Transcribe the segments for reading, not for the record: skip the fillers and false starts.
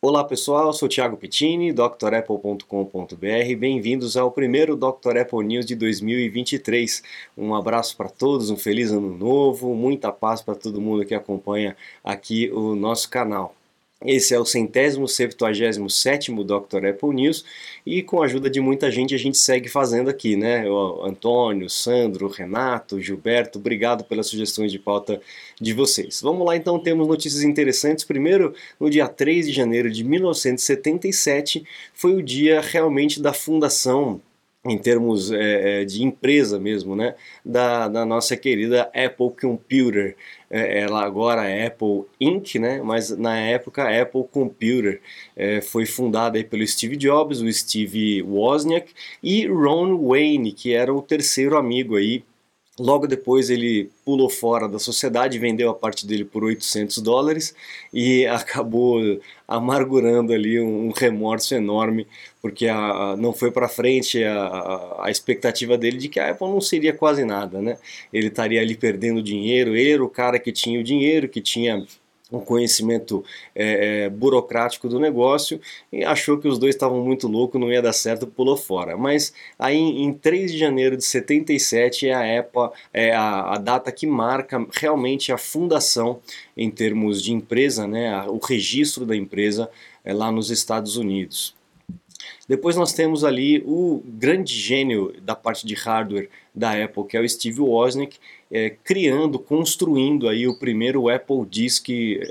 Olá pessoal, eu sou o Thiago Pittini, drapple.com.br. Bem-vindos ao primeiro Dr. Apple News de 2023. Um abraço para todos, um feliz ano novo, muita paz para todo mundo que acompanha aqui o nosso canal. Esse é o 177º Dr. Apple News e com a ajuda de muita gente a gente segue fazendo aqui, né? O Antônio, Sandro, Renato, Gilberto, obrigado pelas sugestões de pauta de vocês. Vamos lá então, temos notícias interessantes. Primeiro, no dia 3 de janeiro de 1977, foi o dia realmente da fundação em termos de empresa mesmo, né, da nossa querida Apple Computer. Ela agora é Apple Inc., né, mas na época Apple Computer foi fundada aí pelo Steve Jobs, o Steve Wozniak e Ron Wayne, que era o terceiro amigo aí. Logo depois ele pulou fora da sociedade, vendeu a parte dele por $800 e acabou amargurando ali um remorso enorme, porque não foi para frente a expectativa dele de que a Apple não seria quase nada, né? Ele estaria ali perdendo dinheiro, ele era o cara que tinha o dinheiro, que tinha um conhecimento burocrático do negócio e achou que os dois estavam muito loucos, não ia dar certo, pulou fora. Mas aí em 3 de janeiro de 77 é a Apple, a data que marca realmente a fundação em termos de empresa, né, o registro da empresa lá nos Estados Unidos. Depois nós temos ali o grande gênio da parte de hardware da Apple, que é o Steve Wozniak, criando, construindo aí o primeiro Apple Disk,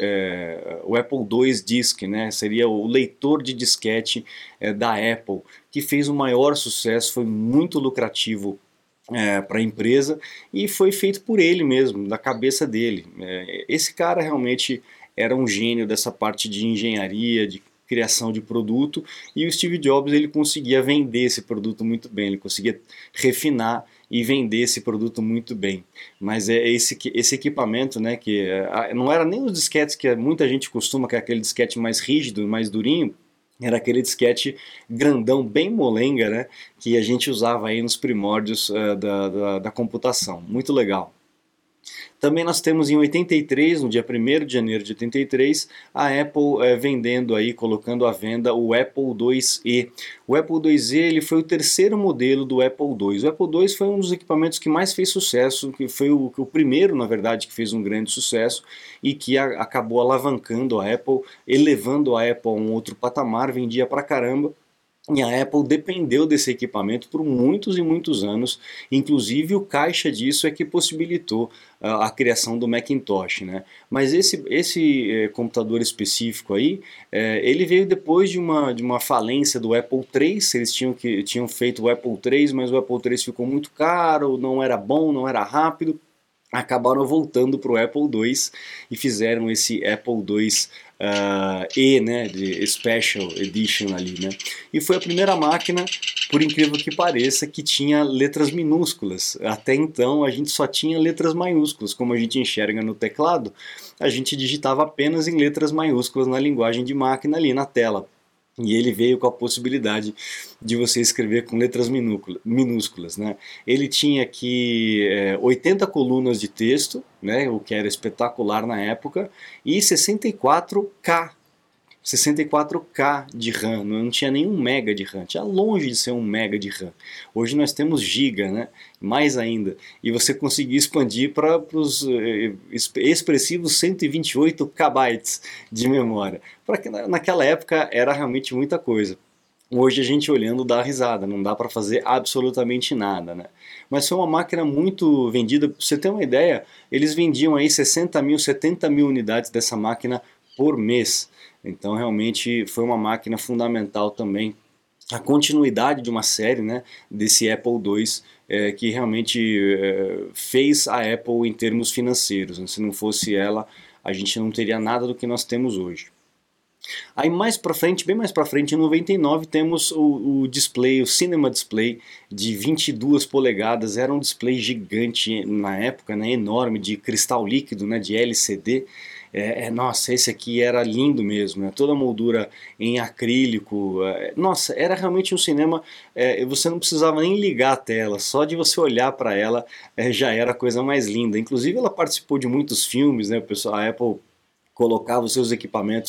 o Apple II Disk, né? Seria o leitor de disquete da Apple, que fez o maior sucesso, foi muito lucrativo para a empresa e foi feito por ele mesmo, da cabeça dele. Esse cara realmente era um gênio dessa parte de engenharia, de criação de produto, e o Steve Jobs ele conseguia vender esse produto muito bem, ele conseguia refinar e vender esse produto muito bem. Mas esse equipamento, né, que não era nem os disquetes que muita gente costuma, que é aquele disquete mais rígido, mais durinho, era aquele disquete grandão, bem molenga, né, que a gente usava aí nos primórdios da computação. Muito legal. Também nós temos em 83, no dia 1º de janeiro de 83, a Apple vendendo aí, colocando à venda o Apple IIe. O Apple IIe ele foi o terceiro modelo do Apple II. O Apple II foi um dos equipamentos que mais fez sucesso, que foi o primeiro, na verdade, que fez um grande sucesso e que acabou alavancando a Apple, elevando a Apple a um outro patamar, vendia pra caramba. E a Apple dependeu desse equipamento por muitos e muitos anos, inclusive o caixa disso é que possibilitou a criação do Macintosh, né? Mas esse computador específico aí, ele veio depois de uma falência do Apple III. Eles tinham feito o Apple III, mas o Apple III ficou muito caro, não era bom, não era rápido. Acabaram voltando para o Apple II e fizeram esse Apple II E, né, de Special Edition ali, né? E foi a primeira máquina, por incrível que pareça, que tinha letras minúsculas. Até então a gente só tinha letras maiúsculas, como a gente enxerga no teclado, a gente digitava apenas em letras maiúsculas na linguagem de máquina ali na tela. E ele veio com a possibilidade de você escrever com letras minúsculas, né? Ele tinha aqui 80 colunas de texto, né, o que era espetacular na época, e 64K de RAM, não tinha nenhum mega de RAM, tinha longe de ser um mega de RAM. Hoje nós temos giga, né? Mais ainda, e você conseguia expandir para os expressivos 128 KB de memória. Naquela época era realmente muita coisa. Hoje a gente olhando dá risada, não dá para fazer absolutamente nada, né? Mas foi uma máquina muito vendida, pra você ter uma ideia, eles vendiam aí 60 mil, 70 mil unidades dessa máquina por mês. Então realmente foi uma máquina fundamental também, a continuidade de uma série, né, desse Apple II, que realmente fez a Apple em termos financeiros. Se não fosse ela, a gente não teria nada do que nós temos hoje. Aí mais para frente, bem mais para frente, em 99, temos o display, o Cinema Display de 22 polegadas. Era um display gigante na época, né, enorme, de cristal líquido, né, de LCD. Nossa, esse aqui era lindo mesmo, né? Toda a moldura em acrílico. Nossa, era realmente um cinema. Você não precisava nem ligar a tela, só de você olhar para ela já era a coisa mais linda. Inclusive, ela participou de muitos filmes, né? O pessoal, a Apple colocava os seus equipamentos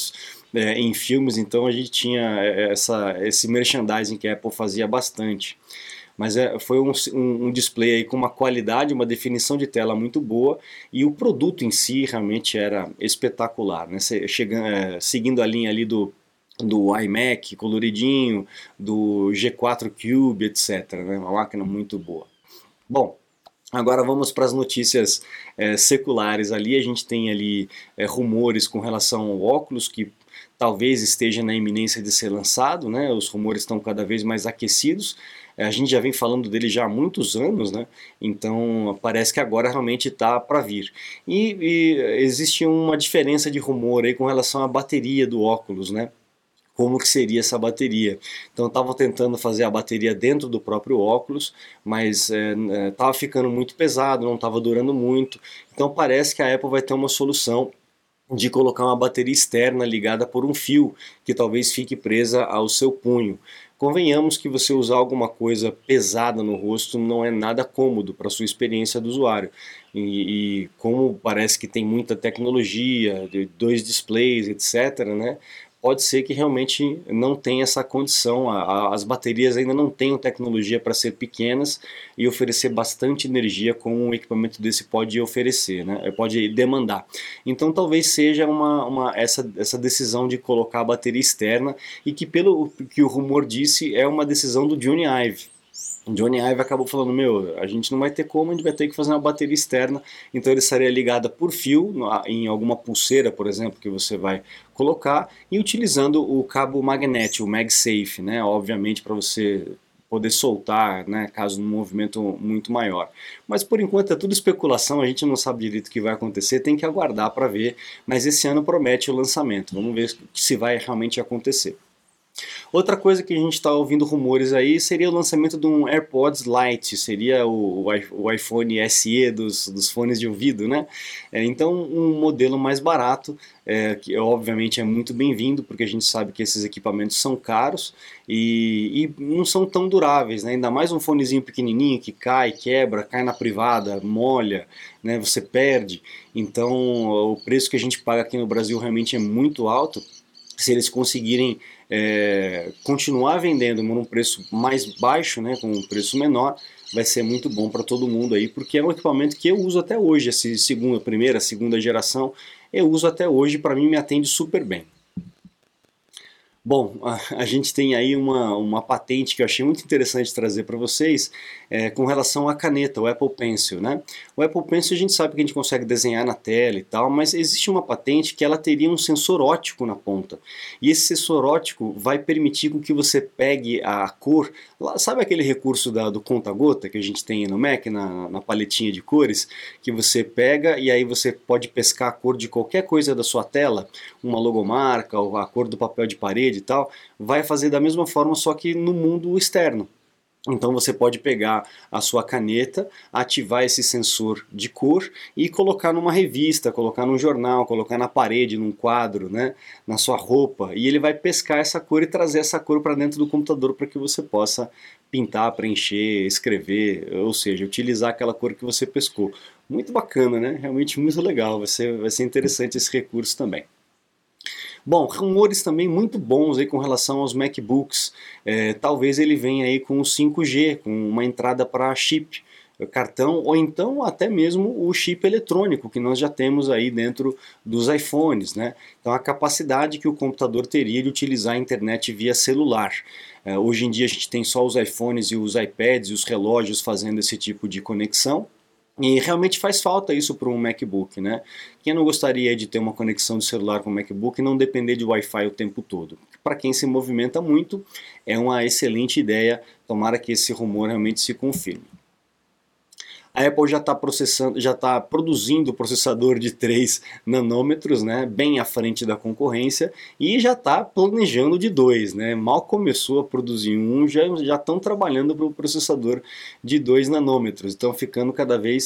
em filmes, então a gente tinha esse merchandising que a Apple fazia bastante. Mas foi um display aí com uma qualidade, uma definição de tela muito boa, e o produto em si realmente era espetacular, né? Seguindo a linha ali do iMac coloridinho, do G4 Cube, etc, né? Uma máquina muito boa. Bom, agora vamos para as notícias seculares ali. A gente tem ali rumores com relação ao óculos que talvez esteja na iminência de ser lançado, né? Os rumores estão cada vez mais aquecidos. A gente já vem falando dele já há muitos anos, né? Então parece que agora realmente está para vir. E existe uma diferença de rumor aí com relação à bateria do óculos, né? Como que seria essa bateria. Então estavam tentando fazer a bateria dentro do próprio óculos, mas estava ficando muito pesado, não estava durando muito. Então parece que a Apple vai ter uma solução de colocar uma bateria externa ligada por um fio que talvez fique presa ao seu punho. Convenhamos que você usar alguma coisa pesada no rosto não é nada cômodo para a sua experiência do usuário. E como parece que tem muita tecnologia, dois displays, etc., né? Pode ser que realmente não tenha essa condição, as baterias ainda não tenham tecnologia para ser pequenas e oferecer bastante energia como um equipamento desse pode oferecer, né? Pode demandar. Então talvez seja essa decisão de colocar a bateria externa e que pelo que o rumor disse é uma decisão do Jony Ive. Jony Ive acabou falando, a gente não vai ter como, a gente vai ter que fazer uma bateria externa, então ele estaria ligada por fio, em alguma pulseira, por exemplo, que você vai colocar, e utilizando o cabo magnético, o MagSafe, né, obviamente para você poder soltar, né, caso um movimento muito maior. Mas por enquanto é tudo especulação, a gente não sabe direito o que vai acontecer, tem que aguardar para ver, mas esse ano promete o lançamento, vamos ver se vai realmente acontecer. Outra coisa que a gente está ouvindo rumores aí seria o lançamento de um AirPods Lite, seria o iPhone SE dos fones de ouvido, né? Então um modelo mais barato, que obviamente é muito bem-vindo, porque a gente sabe que esses equipamentos são caros e não são tão duráveis, né? Ainda mais um fonezinho pequenininho que cai, quebra, cai na privada, molha, né? Você perde. Então o preço que a gente paga aqui no Brasil realmente é muito alto. Se eles conseguirem continuar vendendo por um preço mais baixo, né, com um preço menor, vai ser muito bom para todo mundo aí, porque é um equipamento que eu uso até hoje, essa primeira, segunda geração, eu uso até hoje, para mim me atende super bem. Bom, a gente tem aí uma patente que eu achei muito interessante trazer para vocês com relação à caneta, o Apple Pencil, né? O Apple Pencil a gente sabe que a gente consegue desenhar na tela e tal, mas existe uma patente que ela teria um sensor óptico na ponta. E esse sensor óptico vai permitir com que você pegue a cor, sabe aquele recurso do conta-gota que a gente tem no Mac, na paletinha de cores, que você pega e aí você pode pescar a cor de qualquer coisa da sua tela, uma logomarca, ou a cor do papel de parede, e tal, vai fazer da mesma forma, só que no mundo externo. Então você pode pegar a sua caneta, ativar esse sensor de cor e colocar numa revista, colocar num jornal, colocar na parede, num quadro, né, na sua roupa, e ele vai pescar essa cor e trazer essa cor para dentro do computador para que você possa pintar, preencher, escrever, ou seja, utilizar aquela cor que você pescou. Muito bacana, né? Realmente muito legal, vai ser interessante esse recurso também. Bom, rumores também muito bons aí com relação aos MacBooks. Talvez ele venha aí com o 5G, com uma entrada para chip, cartão, ou então até mesmo o chip eletrônico que nós já temos aí dentro dos iPhones, né? Então a capacidade que o computador teria de utilizar a internet via celular. Hoje em dia a gente tem só os iPhones e os iPads e os relógios fazendo esse tipo de conexão. E realmente faz falta isso para um MacBook, né? Quem não gostaria de ter uma conexão de celular com o MacBook e não depender de Wi-Fi o tempo todo? Para quem se movimenta muito, é uma excelente ideia, tomara que esse rumor realmente se confirme. A Apple já está produzindo processador de 3 nanômetros, né, bem à frente da concorrência, e já está planejando de 2, né, mal começou a produzir um, já estão trabalhando para o processador de 2 nanômetros, então ficando cada vez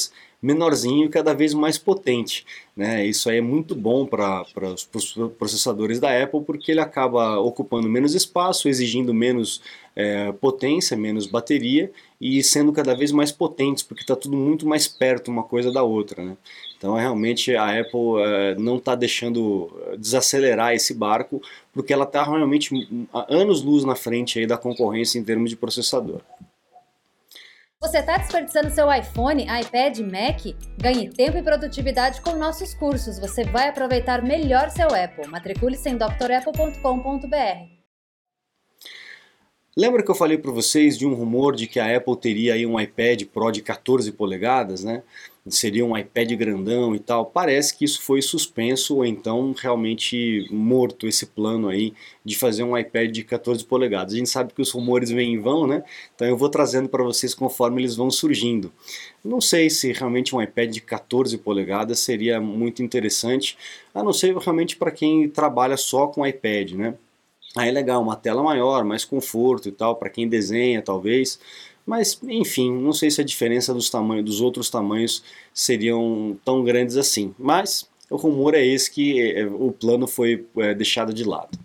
menorzinho e cada vez mais potente, né? Isso aí é muito bom para os processadores da Apple, porque ele acaba ocupando menos espaço, exigindo menos potência, menos bateria e sendo cada vez mais potentes, porque está tudo muito mais perto uma coisa da outra, né? Então realmente a Apple não está deixando desacelerar esse barco, porque ela está realmente anos-luz na frente aí da concorrência em termos de processador. Você está desperdiçando seu iPhone, iPad, Mac? Ganhe tempo e produtividade com nossos cursos. Você vai aproveitar melhor seu Apple. Matricule-se em drapple.com.br. Lembra que eu falei para vocês de um rumor de que a Apple teria aí um iPad Pro de 14 polegadas, né? Seria um iPad grandão e tal. Parece que isso foi suspenso ou então realmente morto esse plano aí de fazer um iPad de 14 polegadas. A gente sabe que os rumores vêm e vão, né? Então eu vou trazendo para vocês conforme eles vão surgindo. Não sei se realmente um iPad de 14 polegadas seria muito interessante, a não ser realmente para quem trabalha só com iPad, né? Aí é legal, uma tela maior, mais conforto e tal, para quem desenha talvez, mas enfim, não sei se a diferença dos tamanhos, dos outros tamanhos seriam tão grandes assim, mas o rumor é esse que o plano foi deixado de lado.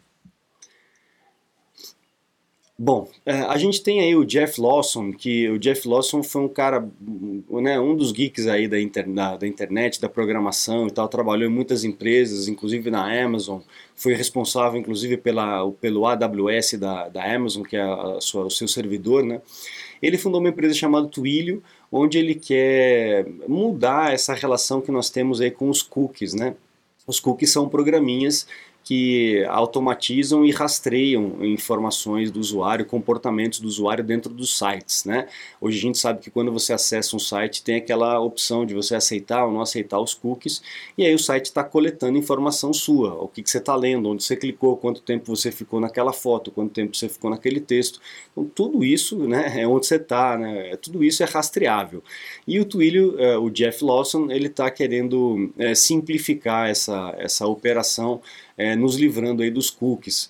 Bom, a gente tem aí o Jeff Lawson, que o Jeff Lawson foi um cara, né, um dos geeks aí da internet, da programação e tal, trabalhou em muitas empresas, inclusive na Amazon, foi responsável inclusive pelo AWS da Amazon, que é o seu servidor, né? Ele fundou uma empresa chamada Twilio, onde ele quer mudar essa relação que nós temos aí com os cookies, né? Os cookies são programinhas que automatizam e rastreiam informações do usuário, comportamentos do usuário dentro dos sites, né? Hoje a gente sabe que quando você acessa um site tem aquela opção de você aceitar ou não aceitar os cookies, e aí o site está coletando informação sua, o que você está lendo, onde você clicou, quanto tempo você ficou naquela foto, quanto tempo você ficou naquele texto. Então tudo isso, né, é onde você está, né? Tudo isso é rastreável. E o Twilio, o Jeff Lawson, ele está querendo simplificar essa operação, nos livrando aí dos cookies,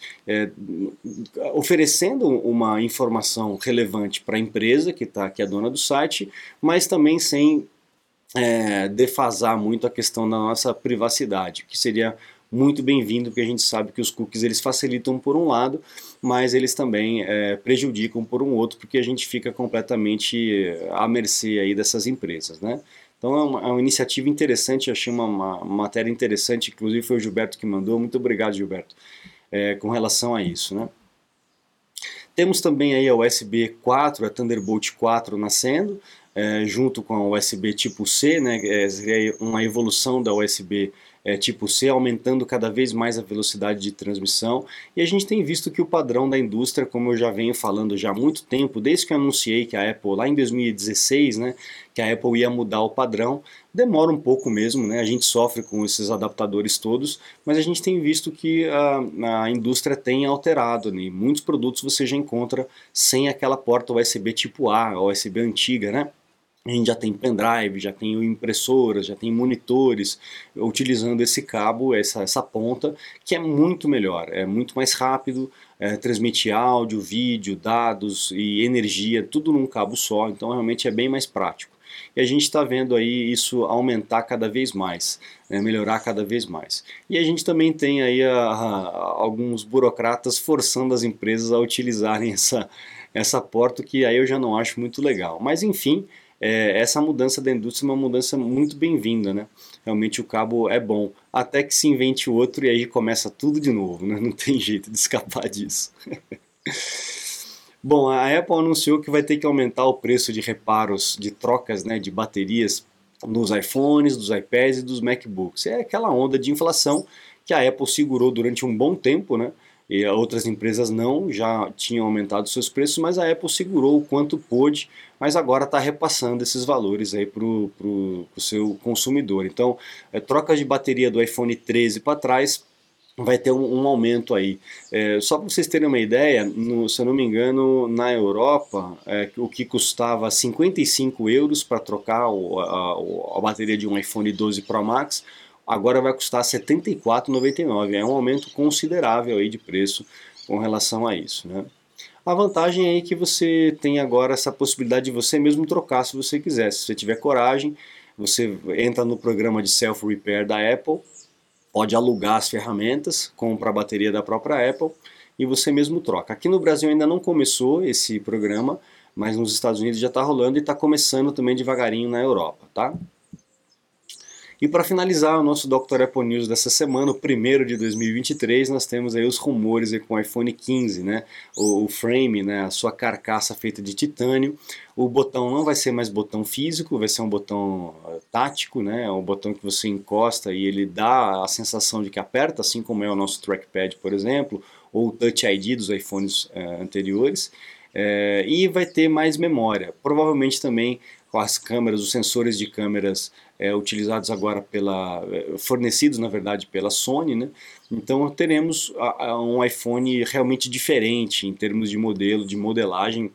oferecendo uma informação relevante para a empresa que é dona do site, mas também sem defasar muito a questão da nossa privacidade, que seria muito bem-vindo, porque a gente sabe que os cookies eles facilitam por um lado, mas eles também prejudicam por um outro, porque a gente fica completamente à mercê aí dessas empresas, né? Então é uma iniciativa interessante, eu achei uma matéria interessante, inclusive foi o Gilberto que mandou, muito obrigado Gilberto, com relação a isso, né? Temos também aí a USB 4, a Thunderbolt 4 nascendo, junto com a USB tipo C, né, seria uma evolução da USB tipo C, aumentando cada vez mais a velocidade de transmissão, e a gente tem visto que o padrão da indústria, como eu já venho falando já há muito tempo, desde que eu anunciei que a Apple, lá em 2016, né, que a Apple ia mudar o padrão, demora um pouco mesmo, né, a gente sofre com esses adaptadores todos, mas a gente tem visto que a indústria tem alterado, né, muitos produtos você já encontra sem aquela porta USB tipo A, USB antiga, né? A gente já tem pendrive, já tem impressoras, já tem monitores utilizando esse cabo, essa ponta, que é muito melhor, é muito mais rápido, transmite áudio, vídeo, dados e energia, tudo num cabo só, então realmente é bem mais prático. E a gente está vendo aí isso aumentar cada vez mais, melhorar cada vez mais. E a gente também tem aí alguns burocratas forçando as empresas a utilizarem essa porta, que aí eu já não acho muito legal. Mas enfim, essa mudança da indústria é uma mudança muito bem-vinda, né? Realmente o cabo é bom, até que se invente outro e aí começa tudo de novo, né? Não tem jeito de escapar disso. Bom, a Apple anunciou que vai ter que aumentar o preço de reparos, de trocas, né, de baterias nos iPhones, dos iPads e dos MacBooks. É aquela onda de inflação que a Apple segurou durante um bom tempo, né? E outras empresas não, já tinham aumentado seus preços, mas a Apple segurou o quanto pôde, mas agora está repassando esses valores aí para o seu consumidor. Então, trocas de bateria do iPhone 13 para trás vai ter um aumento aí. Só para vocês terem uma ideia, se eu não me engano, na Europa, o que custava 55 euros para trocar a bateria de um iPhone 12 Pro Max, agora vai custar R$ 74,99. É um aumento considerável aí de preço com relação a isso, né? A vantagem é que você tem agora essa possibilidade de você mesmo trocar se você quiser, se você tiver coragem. você entra no programa de self-repair da Apple, pode alugar as ferramentas, compra a bateria da própria Apple e você mesmo troca. Aqui no Brasil ainda não começou esse programa, mas nos Estados Unidos já está rolando e está começando também devagarinho na Europa, tá? E para finalizar o nosso Dr. Apple News dessa semana, o primeiro de 2023, nós temos aí os rumores aí com o iPhone 15, né? O frame, né? A sua carcaça feita de titânio. O botão não vai ser mais botão físico, vai ser um botão tático, né? É um botão que você encosta e ele dá a sensação de que aperta, assim como é o nosso trackpad, por exemplo, ou o Touch ID dos iPhones anteriores. E vai ter mais memória. Provavelmente também com as câmeras, os sensores de câmeras utilizados agora fornecidos na verdade pela Sony, né? Então teremos um iPhone realmente diferente em termos de modelo, de modelagem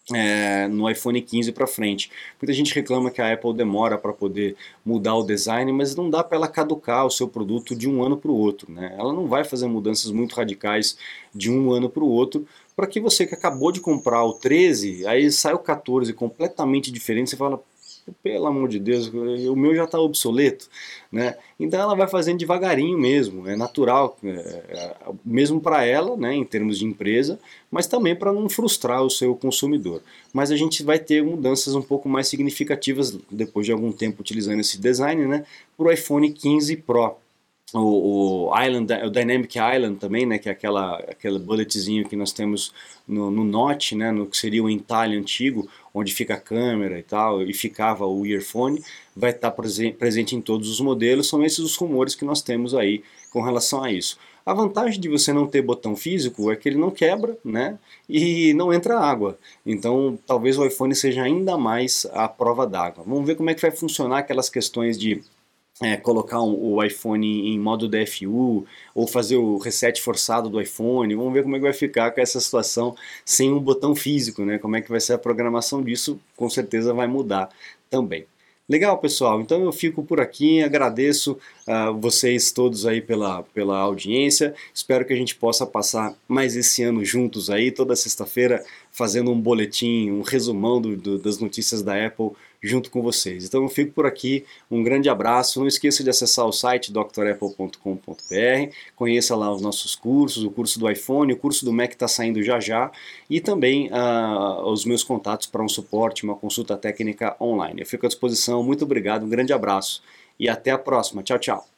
no iPhone 15 para frente. Muita gente reclama que a Apple demora para poder mudar o design, mas não dá para ela caducar o seu produto de um ano para o outro, né? Ela não vai fazer mudanças muito radicais de um ano para o outro, para que você que acabou de comprar o 13, aí sai o 14 completamente diferente, você fala, pelo amor de Deus, o meu já está obsoleto, né? Então ela vai fazendo devagarinho mesmo, é natural, mesmo para ela, né, em termos de empresa, mas também para não frustrar o seu consumidor. Mas a gente vai ter mudanças um pouco mais significativas depois de algum tempo utilizando esse design, né, para o iPhone 15 Pro. O Dynamic Island também, né, que é aquele bulletzinho que nós temos no Note, né, no que seria o entalhe antigo, onde fica a câmera e tal, e ficava o earphone, vai estar presente em todos os modelos. São esses os rumores que nós temos aí com relação a isso. A vantagem de você não ter botão físico é que ele não quebra, né, e não entra água. Então talvez o iPhone seja ainda mais a prova d'água. Vamos ver como é que vai funcionar aquelas questões de colocar o iPhone em modo DFU ou fazer o reset forçado do iPhone. Vamos ver como é que vai ficar com essa situação sem um botão físico, né? Como é que vai ser a programação disso, com certeza vai mudar também. Legal, pessoal, então eu fico por aqui, agradeço vocês todos aí pela audiência, espero que a gente possa passar mais esse ano juntos aí, toda sexta-feira fazendo um boletim, um resumão das notícias da Apple junto com vocês. Então eu fico por aqui, um grande abraço, não esqueça de acessar o site drapple.com.br, conheça lá os nossos cursos, o curso do iPhone, o curso do Mac está saindo já e também os meus contatos para um suporte, uma consulta técnica online. Eu fico à disposição, muito obrigado, um grande abraço e até a próxima, tchau, tchau.